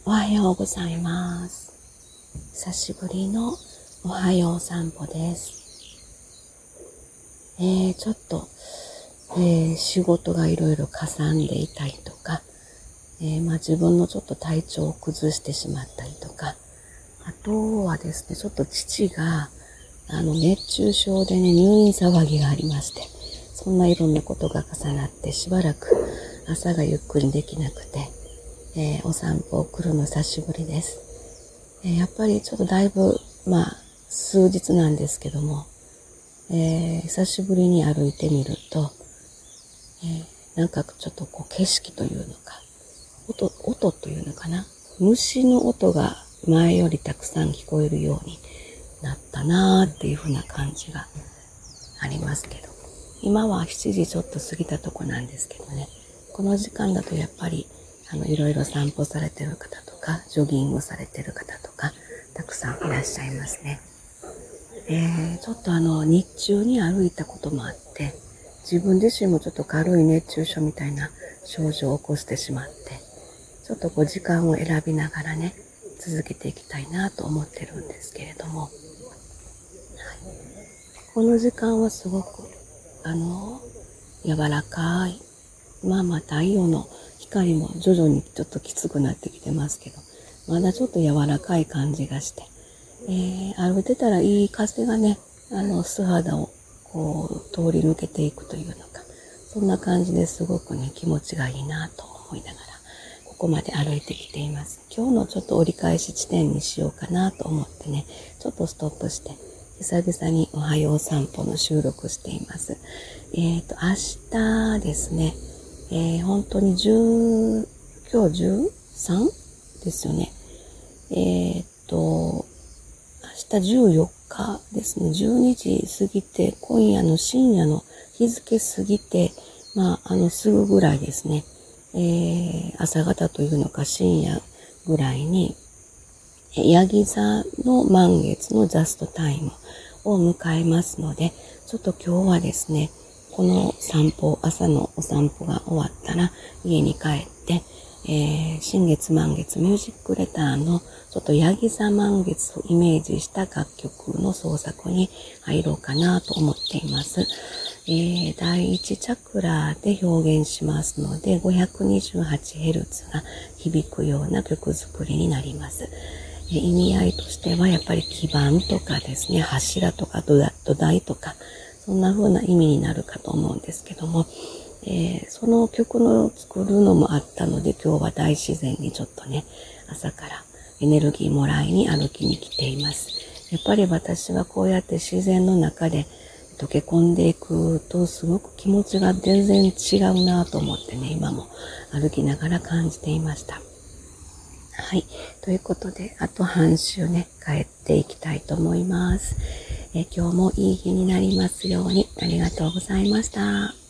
おはようございます。久しぶりのおはよう散歩です。ちょっと、仕事がいろいろかさんでいたりとか、自分のちょっと体調を崩してしまったりとか、あとはですね、ちょっと父が熱中症でね、入院騒ぎがありまして、そんないろんなことが重なってしばらく朝がゆっくりできなくて、お散歩を来るの久しぶりです。やっぱりちょっとだいぶ数日なんですけども、久しぶりに歩いてみると、なんかちょっとこう景色というのか、音というのかな、虫の音が前よりたくさん聞こえるようになったなーっていう風な感じがありますけど、今は7時ちょっと過ぎたとこなんですけどね、この時間だとやっぱりいろいろ散歩されてる方とか、ジョギングされてる方とか、たくさんいらっしゃいますね。ちょっと日中に歩いたこともあって、自分自身もちょっと軽い熱中症みたいな症状を起こしてしまって、ちょっとこう時間を選びながらね、続けていきたいなと思ってるんですけれども、この時間はすごく、柔らかい、太陽の光も徐々にちょっときつくなってきてますけど、まだちょっと柔らかい感じがして、歩いてたらいい風がね、素肌をこう通り抜けていくというのか、そんな感じですごくね、気持ちがいいなと思いながら、ここまで歩いてきています。今日のちょっと折り返し地点にしようかなと思ってね、ちょっとストップして、久々におはよう散歩の収録しています。明日ですね、本当に今日 13? ですよね。明日14日ですね、12時過ぎて、今夜の深夜の日付過ぎて、すぐぐらいですね、朝方というのか深夜ぐらいに、ヤギ座の満月のジャストタイムを迎えますので、ちょっと今日はですね、この朝のお散歩が終わったら家に帰って、新月満月ミュージックレターのちょっとヤギ座満月をイメージした楽曲の創作に入ろうかなと思っています。第一チャクラで表現しますので 528Hz が響くような曲作りになります。意味合いとしてはやっぱり基盤とかですね、柱とか土台とか、そんな風な意味になるかと思うんですけども、その曲の作るのもあったので、今日は大自然にちょっとね、朝からエネルギーもらいに歩きに来ています。やっぱり私はこうやって自然の中で溶け込んでいくとすごく気持ちが全然違うなと思ってね、今も歩きながら感じていました。はい。ということで、あと半周ね、帰っていきたいと思います。今日もいい日になりますように。ありがとうございました。